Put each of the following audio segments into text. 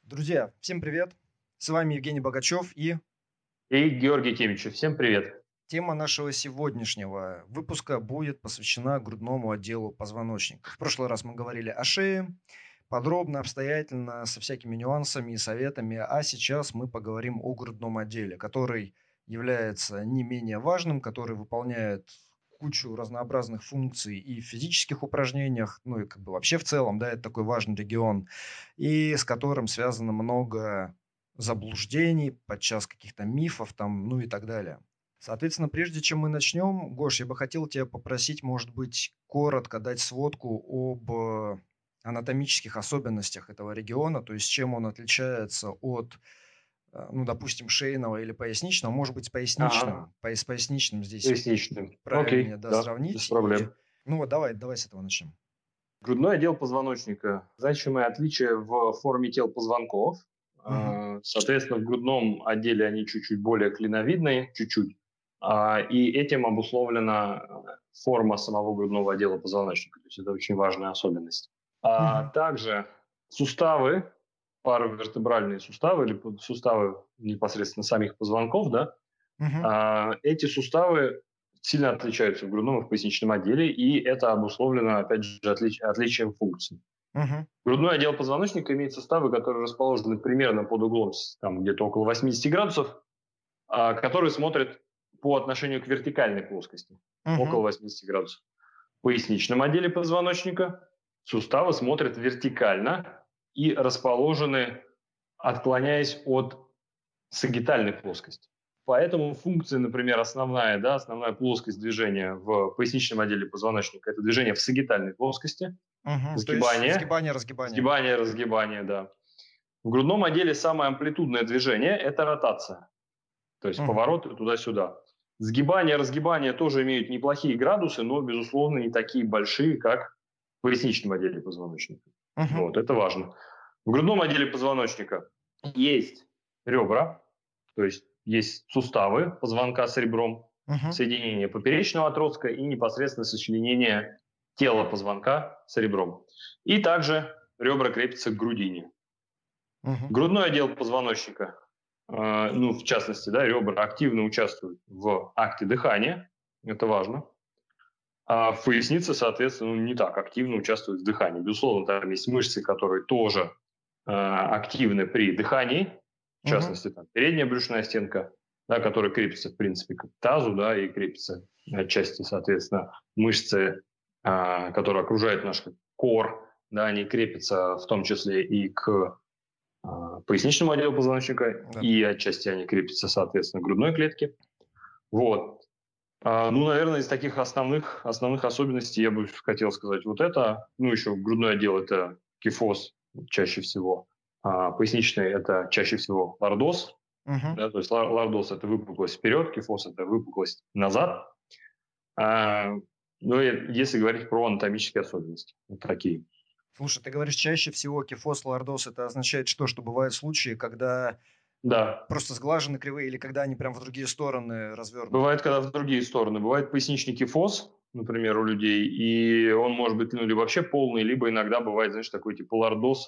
Друзья, всем привет! С вами Евгений Богачев и И Георгий Темичев. Всем привет. тема нашего сегодняшнего выпуска будет посвящена грудному отделу позвоночника. В прошлый раз мы говорили о шее, подробно, обстоятельно, со всякими нюансами и советами, а сейчас мы поговорим о грудном отделе, который является не менее важным, который выполняет кучу разнообразных функций и в физических упражнениях, ну и как бы вообще в целом, да, это такой важный регион, и с которым связано много заблуждений, подчас каких-то мифов там, ну и так далее. Соответственно, прежде чем мы начнем, Гош, я бы хотел тебя попросить, может быть, коротко дать сводку об анатомических особенностях этого региона, то есть чем он отличается от, ну, допустим, шейного или поясничного, может быть, с Ага, поясничным. С поясничным здесь поясничным. правильнее, Окей, да, да, без сравнить. И, проблем. ну вот давай с этого начнем. Грудной отдел позвоночника. Значимое отличие в форме тел позвонков. Мгм. Соответственно, в грудном отделе они чуть-чуть более клиновидные, чуть-чуть. И этим обусловлена форма самого грудного отдела позвоночника. То есть это очень важная особенность. Мгм. Также суставы, паравертебральные суставы или суставы непосредственно самих позвонков, да, Мгм. эти суставы сильно отличаются в грудном и в поясничном отделе, и это обусловлено, опять же, отличием функций. Мгм. Грудной отдел позвоночника имеет суставы, которые расположены примерно под углом там, где-то около 80 градусов, которые смотрят по отношению к вертикальной плоскости, около Мгм. 80 градусов. В поясничном отделе позвоночника суставы смотрят вертикально и расположены, отклоняясь от сагитальной плоскости. Поэтому функция, например, основная плоскость движения в поясничном отделе позвоночника – это движение в сагитальной плоскости, Мгм. То есть сгибание, сгибание, разгибание. сгибание, разгибание, да. В грудном отделе самое амплитудное движение – это ротация, то есть Мгм. повороты туда-сюда. Сгибание, разгибание тоже имеют неплохие градусы, но, безусловно, не такие большие, как в поясничном отделе позвоночника. Мгм. Вот, это важно. В грудном отделе позвоночника есть ребра, то есть есть суставы позвонка с ребром, Мгм. соединение поперечного отростка и непосредственно сочленение тела позвонка с ребром. И также ребра крепятся к грудине. Мгм. Грудной отдел позвоночника, ну, в частности, да, ребра активно участвуют в акте дыхания, это важно. А в пояснице, соответственно, не так активно участвуют в дыхании. Безусловно, там есть мышцы, которые тоже активны при дыхании, в Мгм. частности, там, передняя брюшная стенка, да, которая крепится, в принципе, к тазу, да, и крепится отчасти, соответственно, мышцы, которые окружают наш кор, да, они крепятся в том числе и к поясничному отделу позвоночника, Да. и отчасти они крепятся, соответственно, к грудной клетке. Вот. Ну, наверное, из таких основных особенностей я бы хотел сказать вот это. Ну, еще грудной отдел – это кифоз чаще всего. Поясничный – это чаще всего лордоз. Мгм. Да, то есть лордоз – это выпуклость вперед, кифоз – это выпуклость назад. А, ну, и если говорить про анатомические особенности, вот такие. Слушай, ты говоришь, чаще всего кифоз, лордоз, это означает что? Что бывают случаи, когда Да, просто сглажены кривые или когда они прям в другие стороны развернуты? бывает, когда в другие стороны. Бывает поясничный кифоз, например, у людей, и он может быть ну, либо вообще полный, либо иногда бывает, знаешь, такой типа лордоз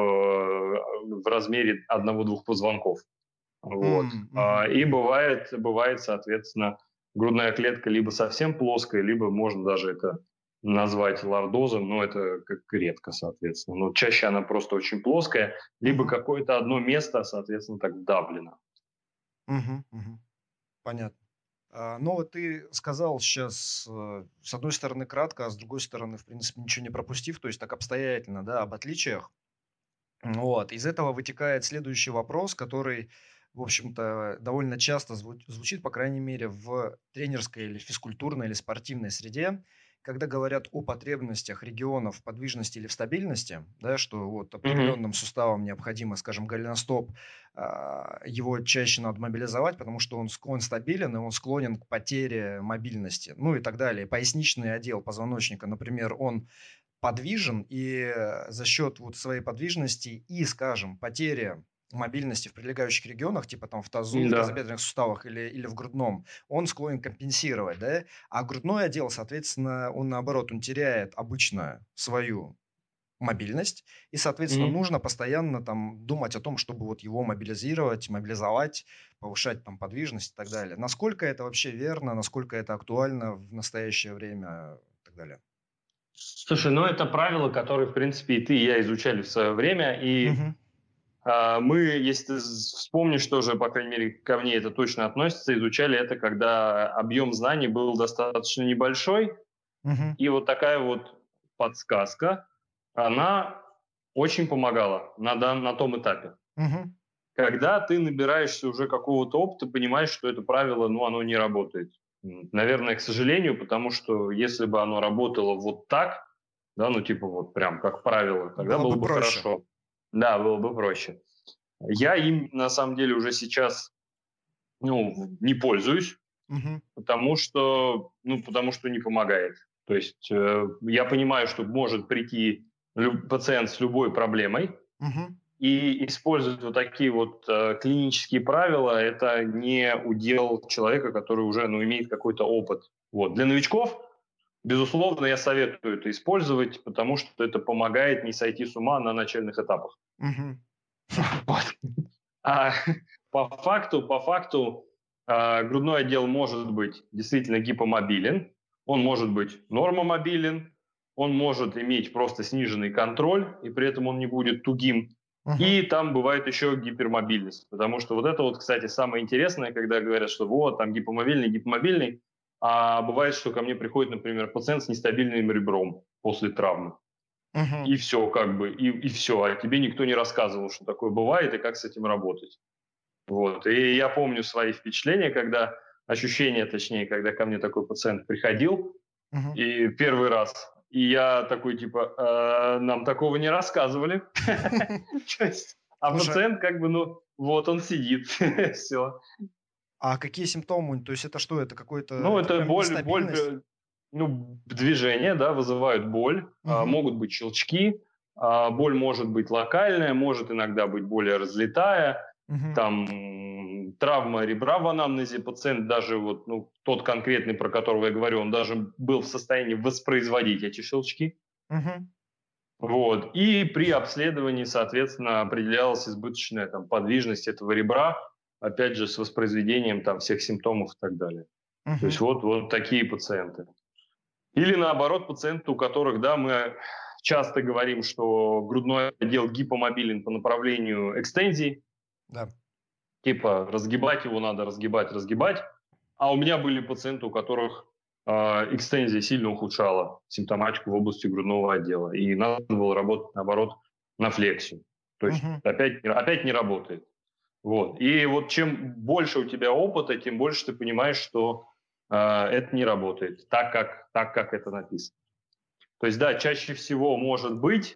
в размере одного-двух позвонков. Вот. Мгм. И бывает, соответственно, грудная клетка либо совсем плоская, либо можно даже это назвать лордозом, но это как редко, соответственно. Но чаще она просто очень плоская, либо Мгм. какое-то одно место, соответственно, так вдавлено. Мгм. Мгм. Понятно. Ну, вот ты сказал сейчас, с одной стороны, кратко, а с другой стороны, в принципе, ничего не пропустив, то есть так обстоятельно, да, об отличиях. Вот. Из этого вытекает следующий вопрос, который, в общем-то, довольно часто звучит, по крайней мере, в тренерской или физкультурной или спортивной среде, когда говорят о потребностях регионов в подвижности или в стабильности, да, что вот Мгм. определенным суставам необходимо, скажем, голеностоп, его чаще надо мобилизовать, потому что он стабилен, и он склонен к потере мобильности, ну и так далее. Поясничный отдел позвоночника, например, он подвижен, и за счет вот своей подвижности и, скажем, потери мобильности в прилегающих регионах, типа там в тазу, в Да. тазобедренных суставах или в грудном, он склонен компенсировать, да, а грудной отдел, соответственно, он наоборот, он теряет обычно свою мобильность, и, соответственно, Мгм. нужно постоянно там думать о том, чтобы вот его мобилизовать, повышать там подвижность и так далее. Насколько это вообще верно, насколько это актуально в настоящее время и так далее. Слушай, ну это правило, которое, в принципе, и ты, и я изучали в свое время, и Мгм. мы, если ты вспомнишь тоже, по крайней мере, ко мне это точно относится, изучали это, когда объем знаний был достаточно небольшой, Мгм. и вот такая вот подсказка, она очень помогала на том этапе. Мгм. Когда ты набираешься уже какого-то опыта, понимаешь, что это правило, ну, оно не работает. Наверное, к сожалению, потому что если бы оно работало вот так, да, ну, типа вот прям как правило, тогда Было было бы бы проще. хорошо. Да, было бы проще. Я им, на самом деле, уже сейчас, ну, не пользуюсь, Мгм. потому что не помогает. То есть я понимаю, что может прийти пациент с любой проблемой, Мгм. и использовать вот такие вот клинические правила – это не удел человека, который уже имеет какой-то опыт. Вот. Для новичков, безусловно, я советую это использовать, потому что это помогает не сойти с ума на начальных этапах. Мгм. Вот. А по факту грудной отдел может быть действительно гипомобилен, он может быть нормомобилен, он может иметь просто сниженный контроль, и при этом он не будет тугим. Мгм. И там бывает еще гипермобильность, потому что вот это вот, кстати, самое интересное, когда говорят, что вот там гипомобильный, а бывает, что ко мне приходит, например, пациент с нестабильным ребром после травмы. Мгм. И все, как бы, и все. А тебе никто не рассказывал, что такое бывает и как с этим работать. Вот. И я помню свои впечатления, ощущения, точнее, когда ко мне такой пациент приходил, Мгм. и первый раз, и я такой, типа, нам такого не рассказывали. То есть, а Слушай, пациент как бы, ну, вот он сидит, все. а какие симптомы? То есть это что? Это какой-то, Ну, это это прям нестабильность? ну, движения, да, вызывают боль, Мгм. могут быть щелчки, боль может быть локальная, может иногда быть более разлетая, Мгм. там травма ребра в анамнезе, пациент даже вот, ну, тот конкретный, про которого я говорю, он даже был в состоянии воспроизводить эти щелчки. Мгм. Вот. И при обследовании, соответственно, определялась избыточная там, подвижность этого ребра, опять же, с воспроизведением там, всех симптомов и так далее. То есть Мгм. вот такие пациенты. Или наоборот, пациенты, у которых, да, мы часто говорим, что грудной отдел гипомобилен по направлению экстензии, Да. типа разгибать его надо, разгибать. А у меня были пациенты, у которых экстензия сильно ухудшала симптоматику в области грудного отдела. И надо было работать, наоборот, на флексию. То есть Мгм. опять не работает. Вот. И вот чем больше у тебя опыта, тем больше ты понимаешь, что это не работает так как это написано. То есть, да, чаще всего может быть,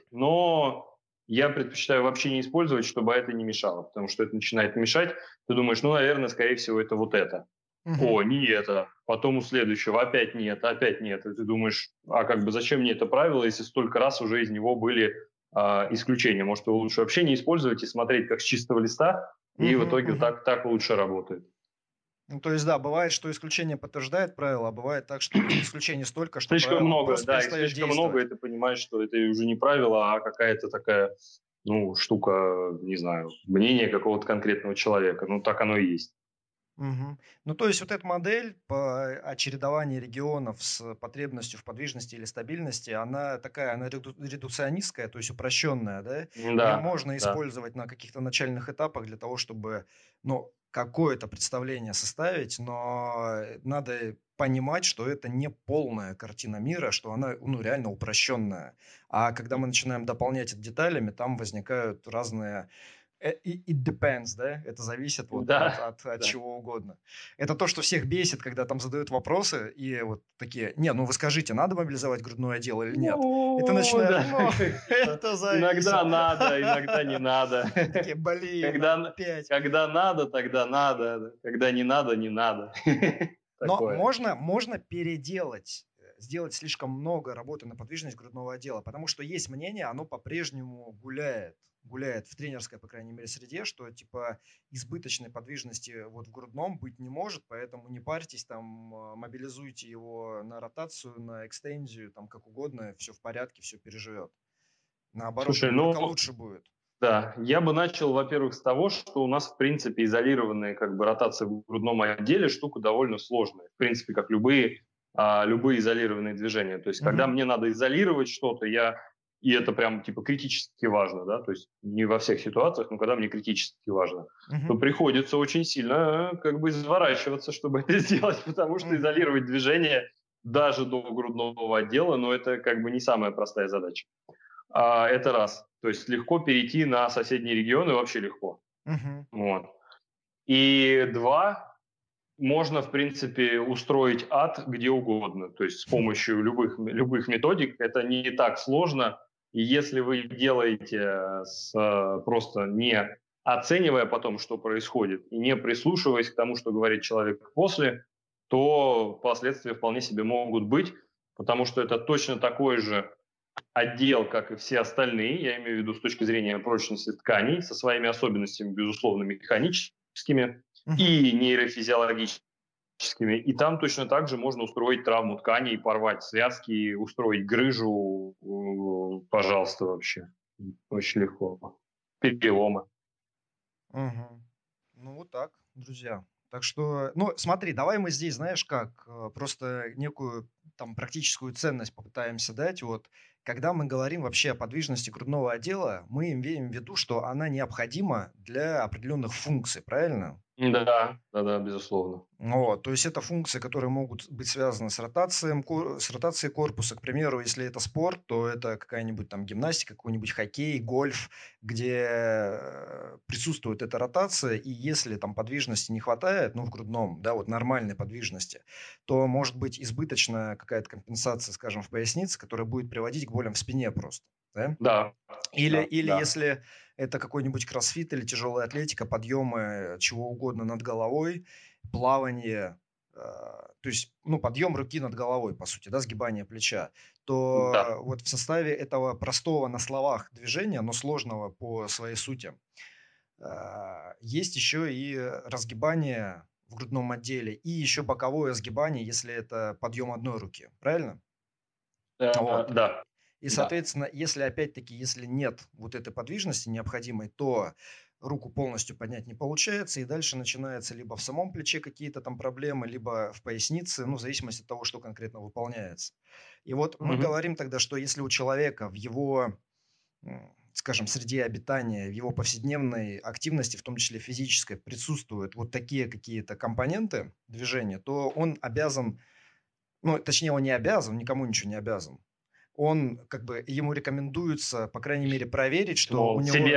но я предпочитаю вообще не использовать, чтобы это не мешало, потому что это начинает мешать. Ты думаешь, ну, наверное, скорее всего, это вот это. Мгм. О, не это. Потом у следующего опять нет, опять нет. И ты думаешь, а как бы зачем мне это правило, если столько раз уже из него были исключения? Может, его лучше вообще не использовать и смотреть как с чистого листа, и в Мгм. итоге Мгм. так лучше работает. Ну, то есть, да, бывает, что исключение подтверждает правило, а бывает так, что исключений столько, что Слишком правило много, просто да, их перестает слишком много, действовать. и ты понимаешь, что это уже не правило, а какая-то такая, ну, штука, не знаю, мнение какого-то конкретного человека. Ну, так оно и есть. Мгм. Ну, то есть вот эта модель по чередованию регионов с потребностью в подвижности или стабильности, она такая, она редукционистская, то есть упрощенная, да? Ее Да, можно да. использовать на каких-то начальных этапах для того, чтобы, ну, какое-то представление составить, но надо понимать, что это не полная картина мира, что она, ну, реально упрощенная. А когда мы начинаем дополнять это деталями, там возникают разные it depends, да? Это зависит вот от, Да, от, от да. чего угодно. Это то, что всех бесит, когда там задают вопросы, и вот такие, не, ну вы скажите, надо мобилизовать грудное отдело или нет? И ты Ну, начинаешь, да. ну, Типа, это иногда зависит. надо, иногда не надо. Такие, блин, Когда, опять. когда надо, тогда надо. Когда не надо, не надо. Но Такое. можно переделать, сделать слишком много работы на подвижность грудного отдела, потому что есть мнение, оно по-прежнему гуляет в тренерской, по крайней мере, среде, что типа избыточной подвижности вот в грудном быть не может, поэтому не парьтесь, там мобилизуйте его на ротацию, на экстензию, там как угодно, все в порядке, все переживет. Наоборот, Слушай, там только ну, лучше будет. да, я бы начал, во-первых, с того, что у нас, в принципе, изолированные как бы ротации в грудном отделе штука довольно сложная. В принципе, как любые изолированные движения. То есть, когда Мгм. мне надо изолировать что-то, и это прям типа критически важно, да, то есть не во всех ситуациях, но когда мне критически важно, то Мгм. приходится очень сильно как бы изворачиваться, чтобы это сделать, потому что Мгм. изолировать движение даже до грудного отдела, но это как бы не самая простая задача. Это раз. То есть легко перейти на соседние регионы, вообще легко. Мгм. Вот. И два, можно, в принципе, устроить ад где угодно. То есть с помощью любых методик это не так сложно. И если вы делаете просто не оценивая потом, что происходит, и не прислушиваясь к тому, что говорит человек после, то последствия вполне себе могут быть, потому что это точно такой же отдел, как и все остальные, я имею в виду с точки зрения прочности тканей, со своими особенностями, безусловно, механическими Мгм. и нейрофизиологическими. И там точно так же можно устроить травму тканей, порвать связки, устроить грыжу, пожалуйста, вообще. Очень легко. Переломы. Мгм. Ну, вот так, друзья. Так что, ну, смотри, давай мы здесь, знаешь как, просто некую там практическую ценность попытаемся дать. Вот, когда мы говорим вообще о подвижности грудного отдела, мы имеем в виду, что она необходима для определенных функций, правильно? Да, да, да, безусловно. Вот, то есть это функции, которые могут быть связаны с ротацией корпуса. К примеру, если это спорт, то это какая-нибудь там гимнастика, какой-нибудь хоккей, гольф, где присутствует эта ротация, и если там подвижности не хватает, ну, в грудном, да, вот нормальной подвижности, то может быть избыточная какая-то компенсация, скажем, в пояснице, которая будет приводить к болям в спине просто, да? Да, Или, да, или да. если это какой-нибудь кроссфит или тяжелая атлетика, подъемы чего угодно над головой, плавание, то есть, ну, подъем руки над головой, по сути, да, сгибание плеча, Да. то вот в составе этого простого на словах движения, но сложного по своей сути, есть еще и разгибание в грудном отделе и еще боковое сгибание, если это подъем одной руки, правильно? Вот. Да, И, да. соответственно, если опять-таки, если нет вот этой подвижности необходимой, то руку полностью поднять не получается, и дальше начинается либо в самом плече какие-то там проблемы, либо в пояснице, ну, в зависимости от того, что конкретно выполняется. И вот мы Мгм. говорим тогда, что если у человека в его, скажем, среде обитания, в его повседневной активности, в том числе физической, присутствуют вот такие какие-то компоненты движения, то он обязан, ну, точнее, он не обязан, никому ничего не обязан, он как бы ему рекомендуется, по крайней мере, проверить, что у Мол, него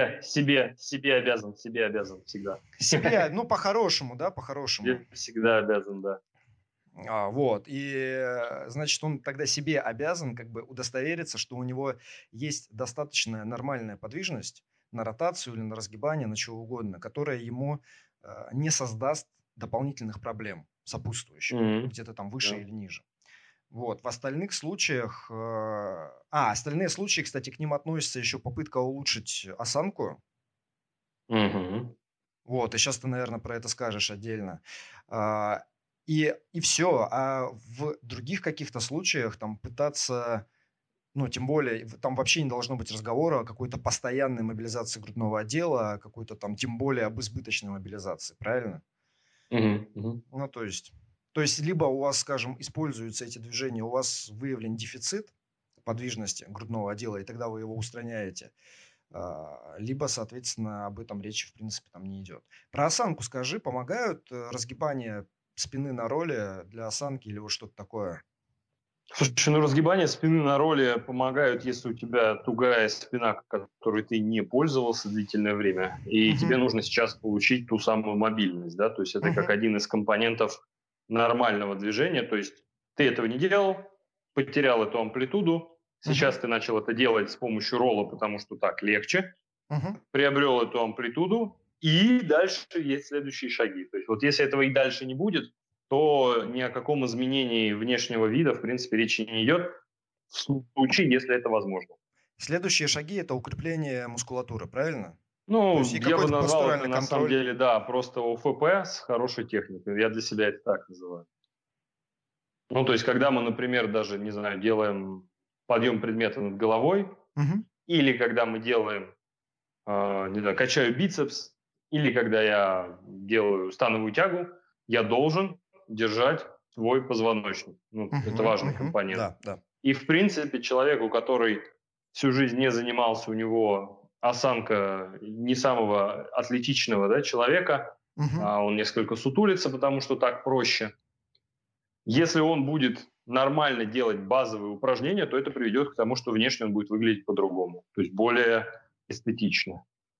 себе обязан всегда. себе, ну, по-хорошему, да, по-хорошему. Себе всегда обязан, да. Вот, и, значит, он тогда себе обязан как бы удостовериться, что у него есть достаточная нормальная подвижность на ротацию или на разгибание, на чего угодно, которая ему не создаст дополнительных проблем сопутствующих, Мгм. где-то там выше Да. или ниже. Вот, в остальных случаях, остальные случаи, кстати, к ним относится еще попытка улучшить осанку. Мгм. Вот, и сейчас ты, наверное, про это скажешь отдельно. А, и все. А в других каких-то случаях там пытаться, ну, тем более, там вообще не должно быть разговора о какой-то постоянной мобилизации грудного отдела, о какой-то там, тем более об избыточной мобилизации, правильно? Мгм. Мгм. Ну, то есть либо у вас, скажем, используются эти движения, у вас выявлен дефицит подвижности грудного отдела, и тогда вы его устраняете, либо, соответственно, об этом речи, в принципе, там не идет. Про осанку скажи, помогают разгибание спины на роле для осанки или вот что-то такое? Слушай, ну разгибание спины на роли помогают, если у тебя тугая спина, которой ты не пользовался длительное время, и тебе Мгм. нужно сейчас получить ту самую мобильность, да, то есть это как Мгм. один из компонентов нормального движения, то есть ты этого не делал, потерял эту амплитуду, Мгм. сейчас ты начал это делать с помощью ролла, потому что так легче, Мгм. приобрел эту амплитуду, и дальше есть следующие шаги. То есть вот если этого и дальше не будет, то ни о каком изменении внешнего вида, в принципе, речи не идет, в случае, если это возможно. Следующие шаги – это укрепление мускулатуры, правильно? То есть Ну, и я бы какой-то назвал это постуральный на самом контроль. деле, да, просто ОФП с хорошей техникой. Я для себя это так называю. Ну, то есть, когда мы, например, даже, не знаю, делаем подъем предмета над головой, Мгм. или когда мы делаем, не знаю, качаю бицепс, или когда я делаю становую тягу, я должен держать свой позвоночник. Ну, это важный компонент. Да, да. И, в принципе, человеку, который всю жизнь не занимался, у него осанка не самого атлетичного, да, человека, он несколько сутулится, потому что так проще. Если он будет нормально делать базовые упражнения, то это приведет к тому, что внешне он будет выглядеть по-другому, то есть более эстетично.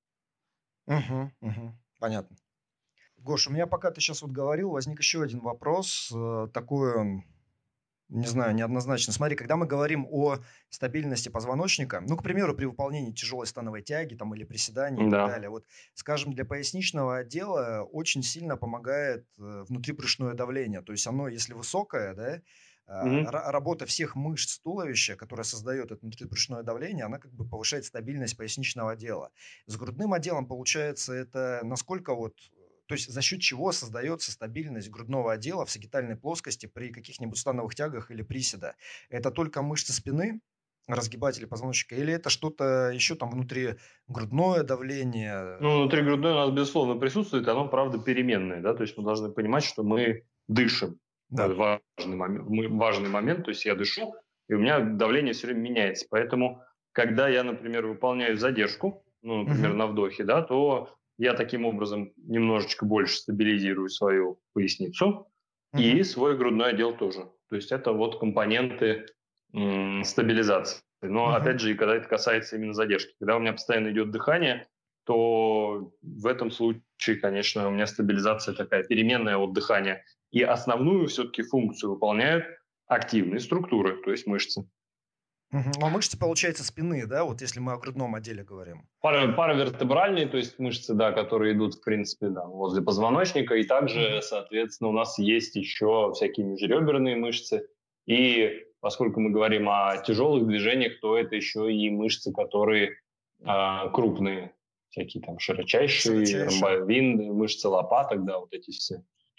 Понятно. Гош, у меня пока ты сейчас вот говорил, возник еще один вопрос, такой он, не знаю, неоднозначно. Смотри, когда мы говорим о стабильности позвоночника, ну, к примеру, при выполнении тяжелой становой тяги там, или приседаний и так Да. далее, вот, скажем, для поясничного отдела очень сильно помогает внутрибрюшное давление. То есть оно, если высокое, да, работа всех мышц туловища, которая создает это внутрибрюшное давление, она как бы повышает стабильность поясничного отдела. С грудным отделом, получается, это насколько вот, то есть за счет чего создается стабильность грудного отдела в сагитальной плоскости при каких-нибудь становых тягах или приседа? Это только мышцы спины, разгибатели позвоночника, или это что-то еще там внутри грудное давление? Ну, внутригрудное у нас, безусловно, присутствует, оно, правда, переменное, да, то есть мы должны понимать, что мы дышим. Да. Это важный момент, то есть я дышу, и у меня давление все время меняется. Поэтому, когда я, например, выполняю задержку, ну, например, на вдохе, да, то я таким образом немножечко больше стабилизирую свою поясницу и свой грудной отдел тоже. То есть это вот компоненты стабилизации. Но, опять же, и когда это касается именно задержки. Когда у меня постоянно идет дыхание, то в этом случае, конечно, у меня стабилизация такая переменная от дыхания. И основную все-таки функцию выполняют активные структуры, то есть мышцы. А мышцы, получается, спины, да, вот если мы о грудном отделе говорим? Паравертебральные, то есть мышцы, да, которые идут, в принципе, да, возле позвоночника. И также, соответственно, у нас есть еще всякие межреберные мышцы. И поскольку мы говорим о тяжелых движениях, то это еще и мышцы, которые крупные, всякие там широчайшие, ромбовидные, мышцы лопаток, да, вот эти все.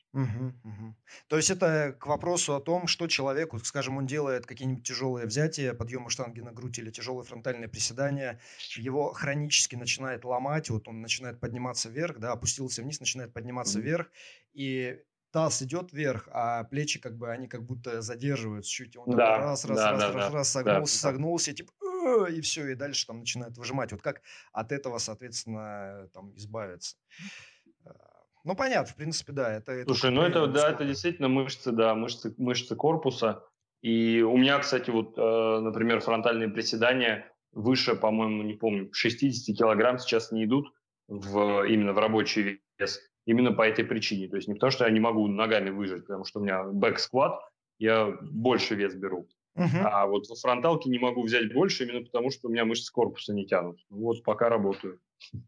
То есть это к вопросу о том, что человеку, скажем, он делает какие-нибудь тяжелые взятия, подъемы штанги на грудь или тяжелые фронтальные приседания, его хронически начинает ломать, вот он начинает подниматься вверх, да, опустился вниз, начинает подниматься вверх, и таз идет вверх, а плечи как бы, они как будто задерживаются чуть, и он такой раз, согнулся, типа, и все, и дальше там начинает выжимать. Вот как от этого, соответственно, там избавиться? Ну, понятно, в принципе, да. Слушай, ну это, да, это действительно мышцы, да, мышцы корпуса. И у меня, кстати, вот, например, фронтальные приседания выше, по-моему, не помню, 60 килограмм сейчас не идут именно в рабочий вес. Именно по этой причине. То есть не потому, что я не могу ногами выжать, потому что у меня бэк-скват, я больше вес беру. А вот в фронталке не могу взять больше, именно потому, что у меня мышцы корпуса не тянут. Вот пока работаю.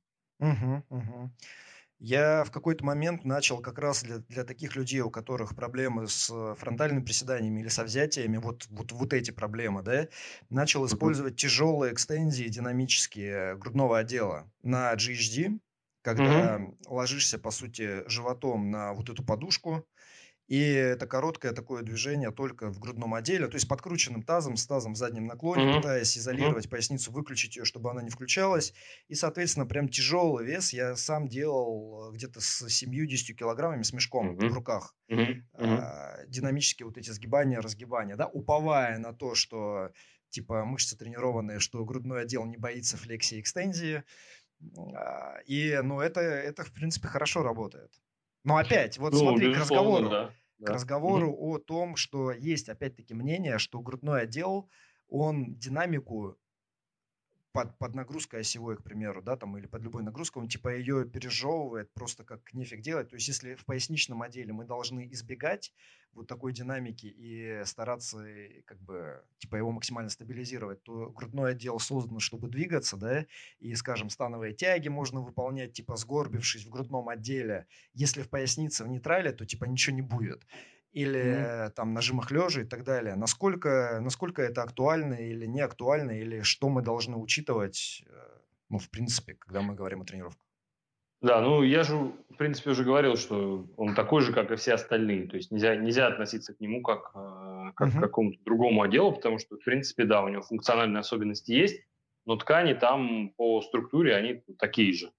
Я в какой-то момент начал как раз для таких людей, у которых проблемы с фронтальными приседаниями или со взятиями, вот эти проблемы, да, начал использовать тяжелые экстензии динамические грудного отдела на GHD, когда ложишься, по сути, животом на вот эту подушку, и это короткое такое движение только в грудном отделе, то есть подкрученным тазом, с тазом в заднем наклоне, пытаясь изолировать поясницу, выключить ее, чтобы она не включалась. И, соответственно, прям тяжелый вес я сам делал где-то с 70 килограммами с мешком в руках. Динамические вот эти сгибания, разгибания, да, уповая на то, что типа мышцы тренированные, что грудной отдел не боится флексии и экстензии. И, ну, это, в принципе, хорошо работает. Но опять, вот смотри, к разговору о том, что есть опять-таки мнение, что грудной отдел, он динамику под нагрузкой осевой, к примеру, да, там, или под любой нагрузкой, он типа ее пережевывает, просто как нефиг делать. То есть если в поясничном отделе мы должны избегать вот такой динамики и стараться как бы типа его максимально стабилизировать, то грудной отдел создан, чтобы двигаться, да, и, скажем, становые тяги можно выполнять типа сгорбившись в грудном отделе. Если в пояснице в нейтрале, то типа ничего не будет. Или там нажимах лежа и так далее. Насколько это актуально или не актуально, или что мы должны учитывать, ну, в принципе, когда мы говорим о тренировках? Да, ну я же, в принципе, уже говорил, что он такой же, как и все остальные. То есть нельзя относиться к нему как к какому-то другому отделу, потому что, в принципе, да, у него функциональные особенности есть. но ткани там по структуре они такие же.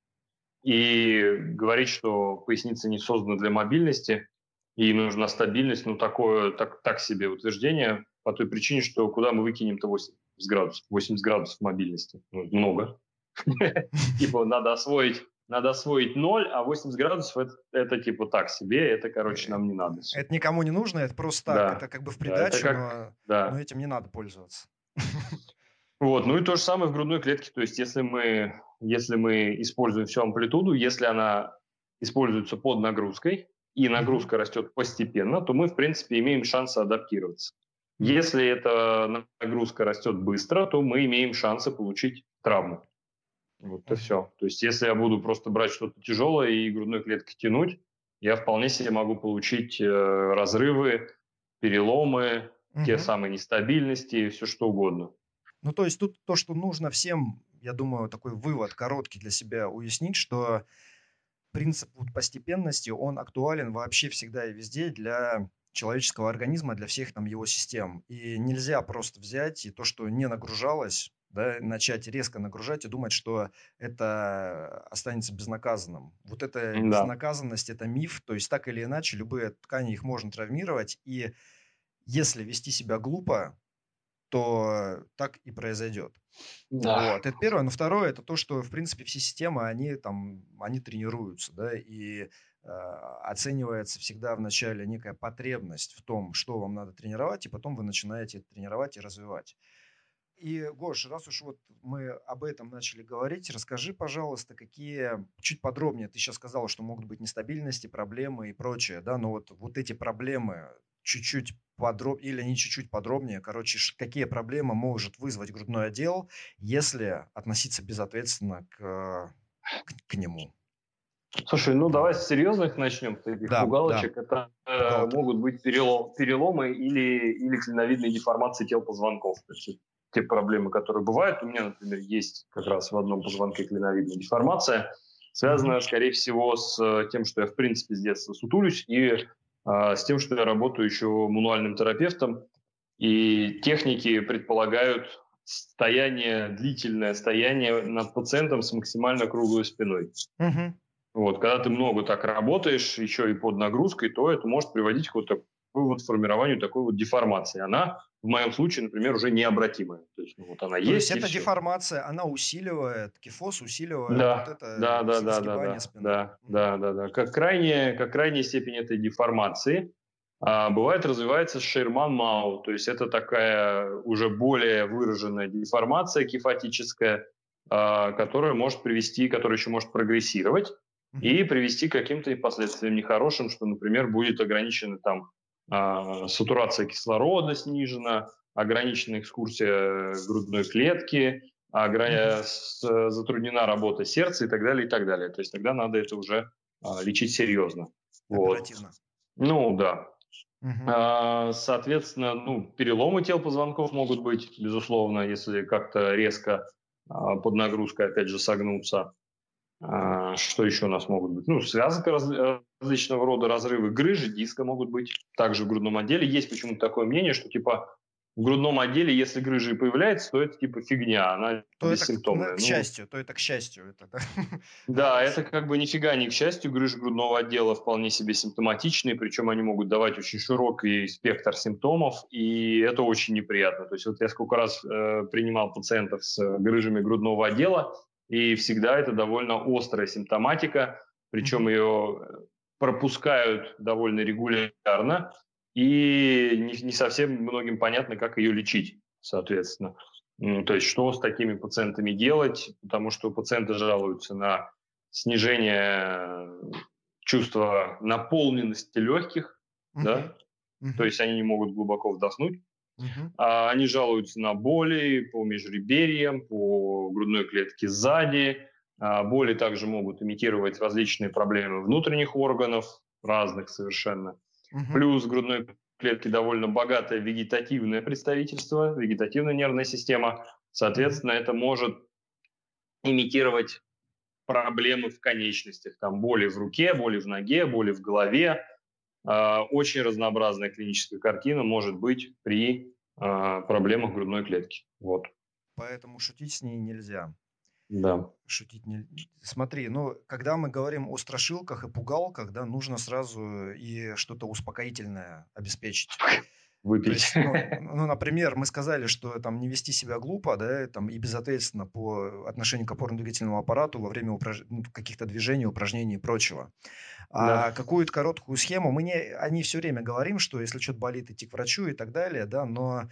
И говорить, что поясница не создана для мобильности и нужна стабильность, ну, такое, так себе утверждение по той причине, что куда мы выкинем-то 80 градусов? 80 градусов мобильности. Ну, много. Типа надо освоить 0, а 80 градусов это типа так себе, это, короче, нам не надо. Это никому не нужно, это просто так, Да, это как бы в да, это придачу, как, но да. этим не надо пользоваться. Вот, ну и то же самое в грудной клетке, то есть если мы используем всю амплитуду, если она используется под нагрузкой, и нагрузка растет постепенно, то мы, в принципе, имеем шанс адаптироваться. Если эта нагрузка растет быстро, то мы имеем шансы получить травму. Вот и все. То есть если я буду просто брать что-то тяжелое и грудной клеткой тянуть, я вполне себе могу получить разрывы, переломы, те самые нестабильности, все что угодно. Ну, то есть тут то, что нужно всем, я думаю, такой вывод короткий для себя уяснить, что принцип вот постепенности, он актуален вообще всегда и везде для человеческого организма, для всех там его систем. И нельзя просто взять и то, что не нагружалось, да, начать резко нагружать и думать, что это останется безнаказанным. Вот эта Да. безнаказанность – это миф, то есть так или иначе любые ткани их можно травмировать, и если вести себя глупо, то так и произойдет. Да. Вот, это первое. Но второе, это то, что, в принципе, все системы, они тренируются, да, и оценивается всегда вначале некая потребность в том, что вам надо тренировать, и потом вы начинаете это тренировать и развивать. И, Гош, раз уж вот мы об этом начали говорить, расскажи, пожалуйста, какие, чуть подробнее, ты сейчас сказал, что могут быть нестабильности, проблемы и прочее, да, но вот эти проблемы чуть-чуть подробнее или не чуть-чуть подробнее, короче, какие проблемы может вызвать грудной отдел, если относиться безответственно к нему. Слушай, ну давай с серьезных начнем, с таких Да, пугалочек. Это пугалки. могут быть переломы или клиновидные деформации тел позвонков. То есть те проблемы, которые бывают. У меня, например, есть как раз в одном позвонке клиновидная деформация, связанная, скорее всего, с тем, что я, в принципе, с детства сутулюсь, и с тем, что я работаю еще мануальным терапевтом. И техники предполагают длительное стояние над пациентом с максимально круглой спиной. Вот, когда ты много так работаешь, еще и под нагрузкой, то это может приводить к формированию такой вот деформации. Она в моем случае, например, уже необратимая. То есть, вот она То есть, есть и эта все. деформация, она усиливает, кифоз усиливает вот Да, это да, да, да, да, сгибание спины. да. Как крайняя степень этой деформации бывает развивается Шейрман-Мау. То есть это такая уже более выраженная деформация кифотическая, которая еще может прогрессировать и привести к каким-то последствиям нехорошим, что, например, будет ограничена там сатурация кислорода снижена, ограничена экскурсия грудной клетки, затруднена работа сердца и так далее, и так далее. То есть тогда надо это уже лечить серьезно. Оперативно. Вот. Ну, да. Соответственно, переломы тел позвонков могут быть, безусловно, если как-то резко под нагрузкой, опять же, согнуться. Что еще у нас могут быть? Связок различного рода, разрывы грыжи, диска могут быть также в грудном отделе. Есть почему-то такое мнение, что типа в грудном отделе, если грыжа и появляется, то это типа фигня, она бессимптомная. К счастью, это к счастью. Да, это как бы нифига не к счастью. Грыжи грудного отдела вполне себе симптоматичные, причем они могут давать очень широкий спектр симптомов, и это очень неприятно. То есть вот я сколько раз принимал пациентов с грыжами грудного отдела, и всегда это довольно острая симптоматика, причем ее пропускают довольно регулярно, и не совсем многим понятно, как ее лечить, соответственно. То есть что с такими пациентами делать, потому что пациенты жалуются на снижение чувства наполненности легких, да? То есть они не могут глубоко вдохнуть. Они жалуются на боли по межреберьям, по грудной клетке сзади. Боли также могут имитировать различные проблемы внутренних органов, разных совершенно. Плюс в грудной клетке довольно богатое вегетативное представительство, вегетативная нервная система. Соответственно, это может имитировать проблемы в конечностях. Там боли в руке, боли в ноге, боли в голове. Очень разнообразная клиническая картина может быть при проблемах грудной клетки. Вот. поэтому шутить с ней нельзя. Да. Шутить не... Смотри, ну, когда мы говорим о страшилках и пугалках, да, нужно сразу и что-то успокоительное обеспечить. То Выпить. есть, ну, например, мы сказали, что там не вести себя глупо, да, там и безответственно по отношению к опорно-двигательному аппарату во время каких-то движений, упражнений и прочего. Да. А какую-то короткую схему мы о ней все время говорим, что если что-то болит, идти к врачу и так далее, да, но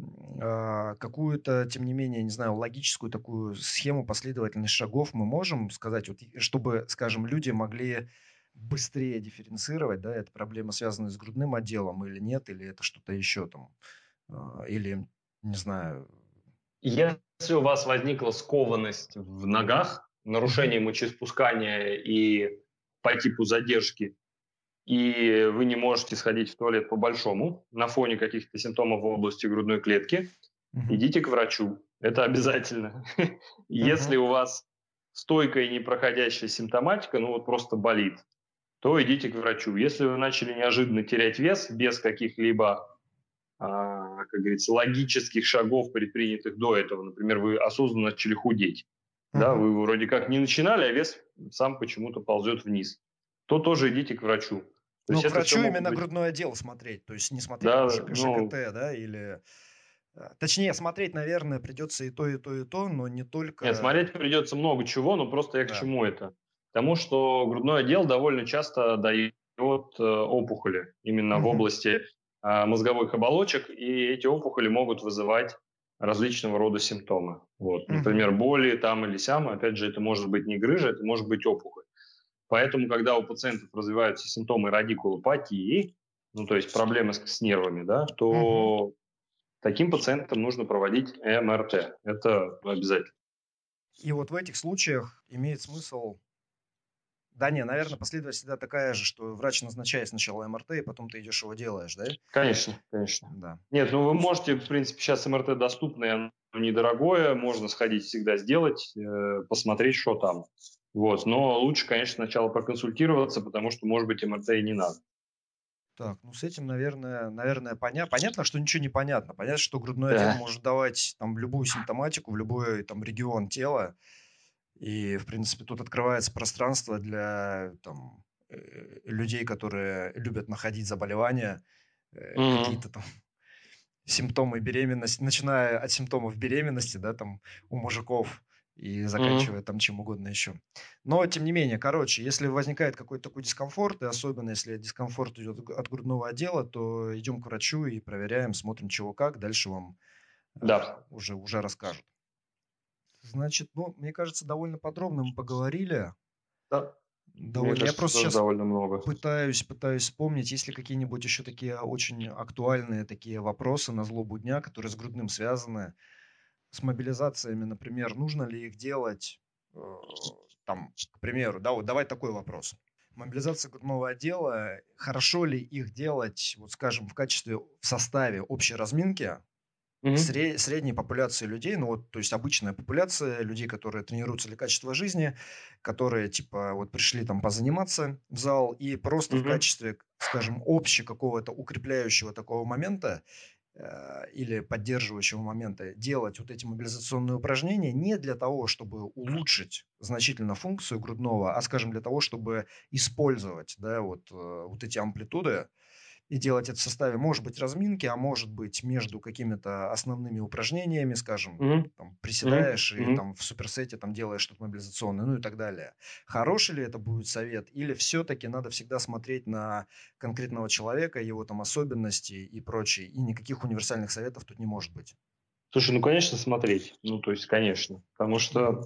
какую-то, тем не менее, не знаю, логическую такую схему, последовательность шагов мы можем сказать, вот, чтобы, скажем, люди могли быстрее дифференцировать, да, это проблема, связанная с грудным отделом или нет, или это что-то еще там, или, не знаю. Если у вас возникла скованность в ногах, нарушение мочеиспускания и по типу задержки, и вы не можете сходить в туалет по-большому на фоне каких-то симптомов в области грудной клетки, идите к врачу. Это обязательно. Если у вас стойкая и непроходящая симптоматика, ну вот просто болит, то идите к врачу. Если вы начали неожиданно терять вес без каких-либо, как говорится, логических шагов, предпринятых до этого, например, вы осознанно начали худеть, да, вы вроде как не начинали, а вес сам почему-то ползет вниз, то тоже идите к врачу. То Ну, есть к это все врачу могут именно быть... грудное отдел смотреть, то есть не смотреть там Да, ЖКТ, да, или... Точнее, смотреть, наверное, придется и то, и то, и то, но не Нет, только... смотреть придется много чего, но просто я к Да. чему это? К тому, что грудной отдел довольно часто дает опухоли именно в области мозговых оболочек, и эти опухоли могут вызывать различного рода симптомы. Вот. Например, боли там или сям, опять же, это может быть не грыжа, это может быть опухоль. Поэтому, когда у пациентов развиваются симптомы радикулопатии, ну, то есть проблемы с нервами, да, то таким пациентам нужно проводить МРТ. Это обязательно. И вот в этих случаях имеет смысл... Да не, наверное, последовательность всегда такая же, что врач назначает сначала МРТ, и потом ты идешь его делаешь, да? Конечно, конечно. Да. Нет, ну вы можете, в принципе, сейчас МРТ доступное, оно недорогое, можно сходить всегда сделать, посмотреть, что там. Вот. Но лучше, конечно, сначала проконсультироваться, потому что, может быть, МРТ и не надо. Так, ну с этим, наверное, понятно, что ничего не понятно. Понятно, что грудной отдел Да. может давать там любую симптоматику в любой там регион тела. И, в принципе, тут открывается пространство для там, людей, которые любят находить заболевания, какие-то там симптомы беременности, начиная от симптомов беременности, да, там у мужиков и заканчивая там чем угодно еще. Но, тем не менее, короче, если возникает какой-то такой дискомфорт, и особенно если дискомфорт идет от грудного отдела, то идем к врачу и проверяем, смотрим чего как, дальше вам Да. уже расскажут. Значит, ну, мне кажется, довольно подробно мы поговорили. Да. Мне Довольно. Я кажется, просто тоже сейчас довольно много. пытаюсь вспомнить, есть ли какие-нибудь еще такие очень актуальные такие вопросы на злобу дня, которые с грудным связаны, с мобилизациями, например, нужно ли их делать, там, к примеру, да, вот давай такой вопрос. Мобилизация грудного отдела, хорошо ли их делать, вот скажем, в составе общей разминки, средней популяции людей, ну вот, то есть обычная популяция людей, которые тренируются для качества жизни, которые типа вот пришли там позаниматься в зал и просто в качестве, скажем, общего какого-то укрепляющего такого момента или поддерживающего момента делать вот эти мобилизационные упражнения не для того, чтобы улучшить значительно функцию грудного, а, скажем, для того, чтобы использовать, да, вот эти амплитуды, и делать это в составе, может быть, разминки, а может быть, между какими-то основными упражнениями, скажем, там, приседаешь и там в суперсете там делаешь что-то мобилизационное, ну и так далее. Хороший ли это будет совет? Или все-таки надо всегда смотреть на конкретного человека, его там особенности и прочее, и никаких универсальных советов тут не может быть? Слушай, ну, конечно, смотреть. Ну, то есть, конечно. Потому что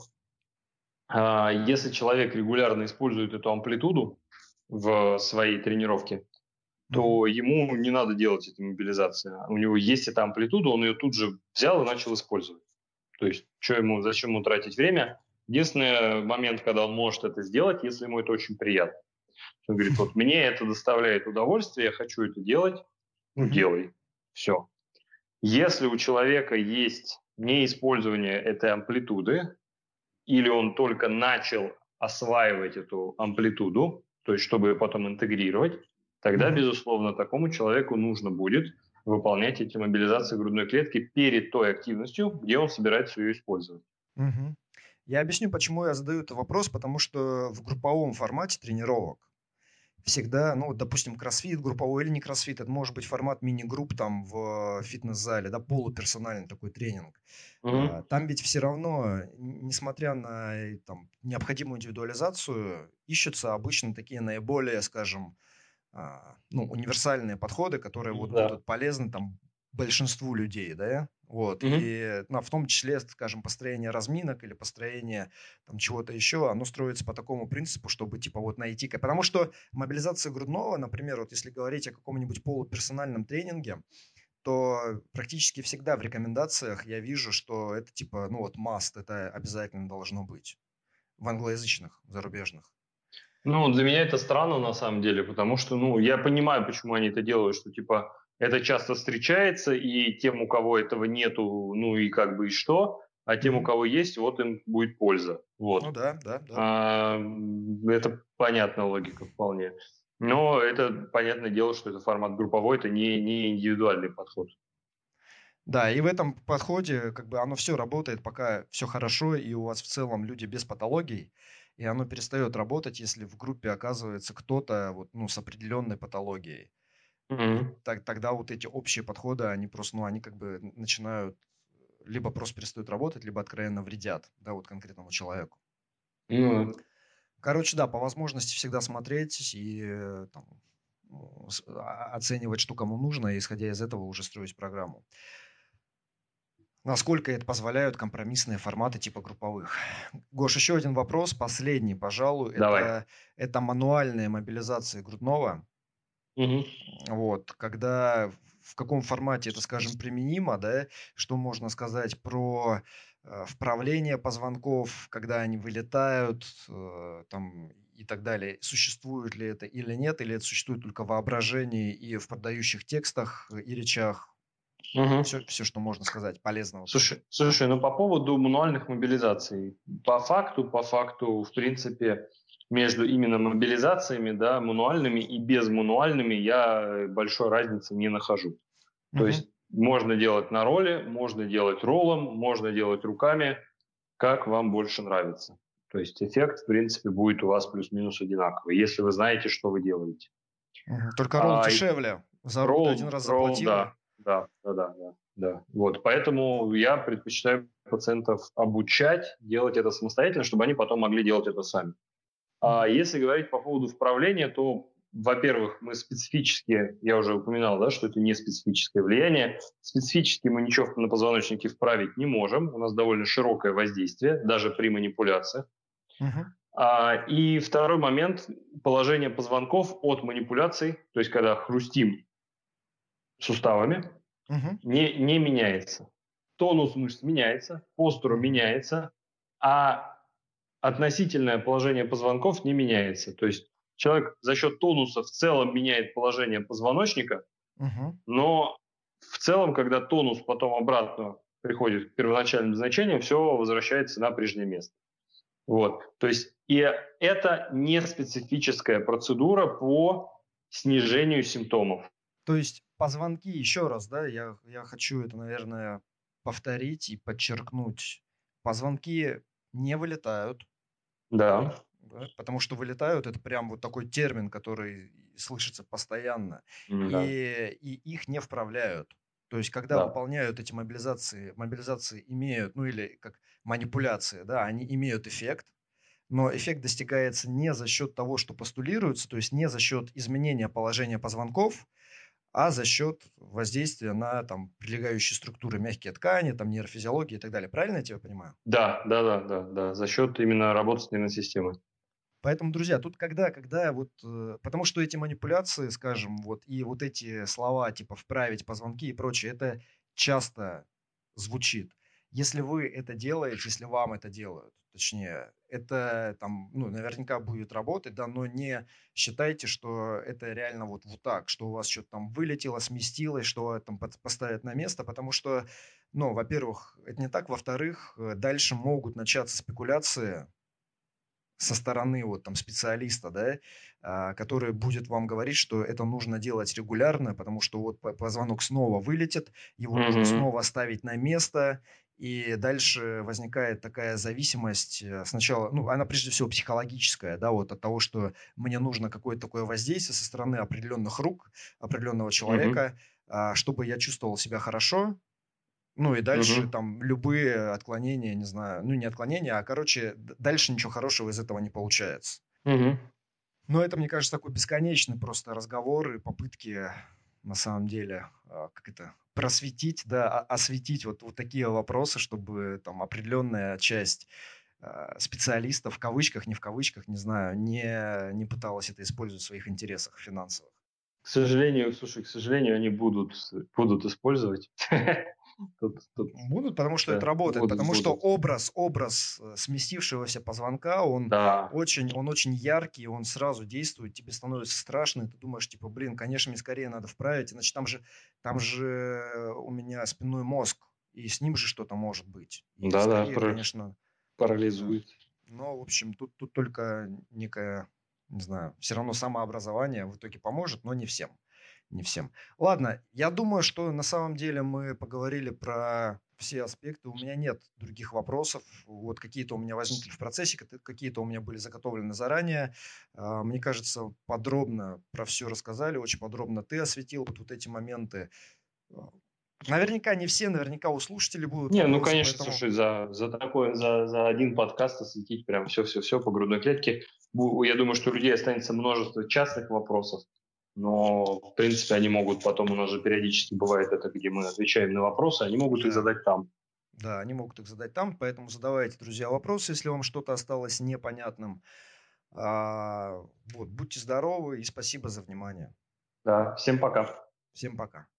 если человек регулярно использует эту амплитуду в своей тренировке, то ему не надо делать эту мобилизацию. У него есть эта амплитуда, он ее тут же взял и начал использовать. То есть, зачем ему тратить время? Единственный момент, когда он может это сделать, если ему это очень приятно. Он говорит, вот мне это доставляет удовольствие, я хочу это делать, ну делай, все. Если у человека есть неиспользование этой амплитуды, или он только начал осваивать эту амплитуду, то есть чтобы потом интегрировать, тогда, безусловно, такому человеку нужно будет выполнять эти мобилизации грудной клетки перед той активностью, где он собирается ее использовать. Мгм. Я объясню, почему я задаю этот вопрос, потому что в групповом формате тренировок всегда, ну, вот, допустим, кроссфит групповой или не кроссфит, это может быть формат мини-групп там в фитнес-зале, да, полуперсональный такой тренинг. Мгм. Там ведь все равно, несмотря на там, необходимую индивидуализацию, ищутся обычно такие наиболее, скажем, ну, универсальные подходы, которые вот Да. будут полезны там большинству людей, да, вот, Мгм. и ну, в том числе, скажем, построение разминок или построение там чего-то еще, оно строится по такому принципу, чтобы типа вот найти, потому что мобилизация грудного, например, вот если говорить о каком-нибудь полуперсональном тренинге, то практически всегда в рекомендациях я вижу, что это типа, ну вот must, это обязательно должно быть в англоязычных, зарубежных. Ну, для меня это странно на самом деле, потому что, ну, я понимаю, почему они это делают, что, типа, это часто встречается, и тем, у кого этого нету, ну, и как бы и что, а тем, у Мгм. кого есть, вот им будет польза. Ну Вот. да, да, да. Это понятная логика вполне. Но это понятное дело, что это формат групповой, это не индивидуальный подход. Да, и в этом подходе как бы оно все работает, пока все хорошо, и у вас в целом люди без патологий, и оно перестает работать, если в группе оказывается кто-то вот, ну, с определенной патологией. И Мгм. тогда вот эти общие подходы, они просто, ну, они как бы начинают либо просто перестают работать, либо откровенно вредят, да, вот конкретному человеку. Ну, Короче, да, по возможности всегда смотреть и там, ну, оценивать, что кому нужно, и исходя из этого уже строить программу. Насколько это позволяют компромиссные форматы типа групповых. Гош, еще один вопрос, последний, пожалуй, давай. это мануальная мобилизация грудного. Мгм. Вот, когда в каком формате это, скажем, применимо, да, что можно сказать про вправление позвонков, когда они вылетают, там и так далее. Существует ли это или нет, или это существует только в воображении и в продающих текстах и речах. Мгм. Все, что можно сказать полезного про это. Слушай, ну по поводу мануальных мобилизаций. По факту, в принципе, между именно мобилизациями, да, мануальными и безмануальными я большой разницы не нахожу. То Мгм. есть можно делать на роли, можно делать роллом, можно делать руками, как вам больше нравится. То есть эффект, в принципе, будет у вас плюс-минус одинаковый, если вы знаете, что вы делаете. Мгм. Только ролл А дешевле. За ролл ты один Ролл, раз ролл, заплатил. да. Вот, поэтому я предпочитаю пациентов обучать делать это самостоятельно, чтобы они потом могли делать это сами. А Мгм. если говорить по поводу вправления, то, во-первых, мы специфически, я уже упоминал, да, что это не специфическое влияние, специфически мы ничего на позвоночнике вправить не можем, у нас довольно широкое воздействие, даже при манипуляциях. Мгм. И второй момент, положение позвонков от манипуляций, то есть когда хрустим суставами, Мгм. не меняется. Тонус мышц меняется, постура Мгм. меняется, а относительное положение позвонков не меняется. То есть человек за счет тонуса в целом меняет положение позвоночника, Мгм. но в целом, когда тонус потом обратно приходит к первоначальным значениям, все возвращается на прежнее место. Вот. То есть и это не специфическая процедура по снижению симптомов. То есть позвонки, еще раз, да, я хочу это, наверное, повторить и подчеркнуть. Позвонки не вылетают, Да, да, потому что вылетают это прям вот такой термин, который слышится постоянно, да, и их не вправляют. То есть, когда да, выполняют эти мобилизации имеют, ну или как манипуляции, да, они имеют эффект, но эффект достигается не за счет того, что постулируется, то есть не за счет изменения положения позвонков, а за счет воздействия на там прилегающие структуры, мягкие ткани, там нейрофизиологии и так далее. Правильно я тебя понимаю? да, за счет именно работы с нервной системой. Поэтому, друзья, тут когда вот, потому что эти манипуляции, скажем, вот и вот эти слова типа вправить позвонки и прочее, это часто звучит. Если вы это делаете, если вам это делают, точнее, это там, ну, наверняка будет работать, да, но не считайте, что это реально вот так, что у вас что-то там вылетело, сместилось, что там поставят на место, потому что, ну, во-первых, это не так, во-вторых, дальше могут начаться спекуляции, со стороны вот там специалиста, да, который будет вам говорить, что это нужно делать регулярно, потому что вот позвонок снова вылетит, его нужно Мгм. снова ставить на место, и дальше возникает такая зависимость. Сначала, ну, она прежде всего психологическая, да, вот от того, что мне нужно какое-то такое воздействие со стороны определенных рук, определенного Мгм. человека, чтобы я чувствовал себя хорошо, ну и дальше Мгм. там любые отклонения, не знаю, ну не отклонения, а короче, дальше ничего хорошего из этого не получается. Мгм. Но это, мне кажется, такой бесконечный просто разговор и попытки на самом деле, как это, просветить, да, осветить вот такие вопросы, чтобы там определенная часть специалистов, в кавычках, не в кавычках, не знаю, не пыталась это использовать в своих интересах финансовых. К сожалению, слушай, к сожалению, они будут использовать. Тут, Будут, потому что это да, работает, потому что будут. образ сместившегося позвонка, Да, он очень яркий, он сразу действует, тебе становится страшно, и ты думаешь, типа, блин, конечно, мне скорее надо вправить, иначе там же у меня спинной мозг, и с ним же что-то может быть. И да, скорее, конечно, да. парализует. Но, в общем, тут только некое, не знаю, все равно самообразование в итоге поможет, но не всем. Не всем. Ладно, я думаю, что на самом деле мы поговорили про все аспекты. У меня нет других вопросов. Вот какие-то у меня возникли в процессе, какие-то у меня были заготовлены заранее. Мне кажется, подробно про все рассказали, очень подробно ты осветил вот эти моменты. А, Наверняка не все, наверняка у слушателей будут Не, ну, вопросы, конечно, поэтому слушай, за один подкаст осветить прям все по грудной клетке. Я думаю, что у людей останется множество частных вопросов, но, в принципе, они могут потом, у нас же периодически бывает это, где мы отвечаем на вопросы, они могут их да. задать там. Да, они могут их задать там, поэтому задавайте, друзья, вопросы, если вам что-то осталось непонятным. Вот, будьте здоровы и спасибо за внимание. Да, всем пока. Всем пока.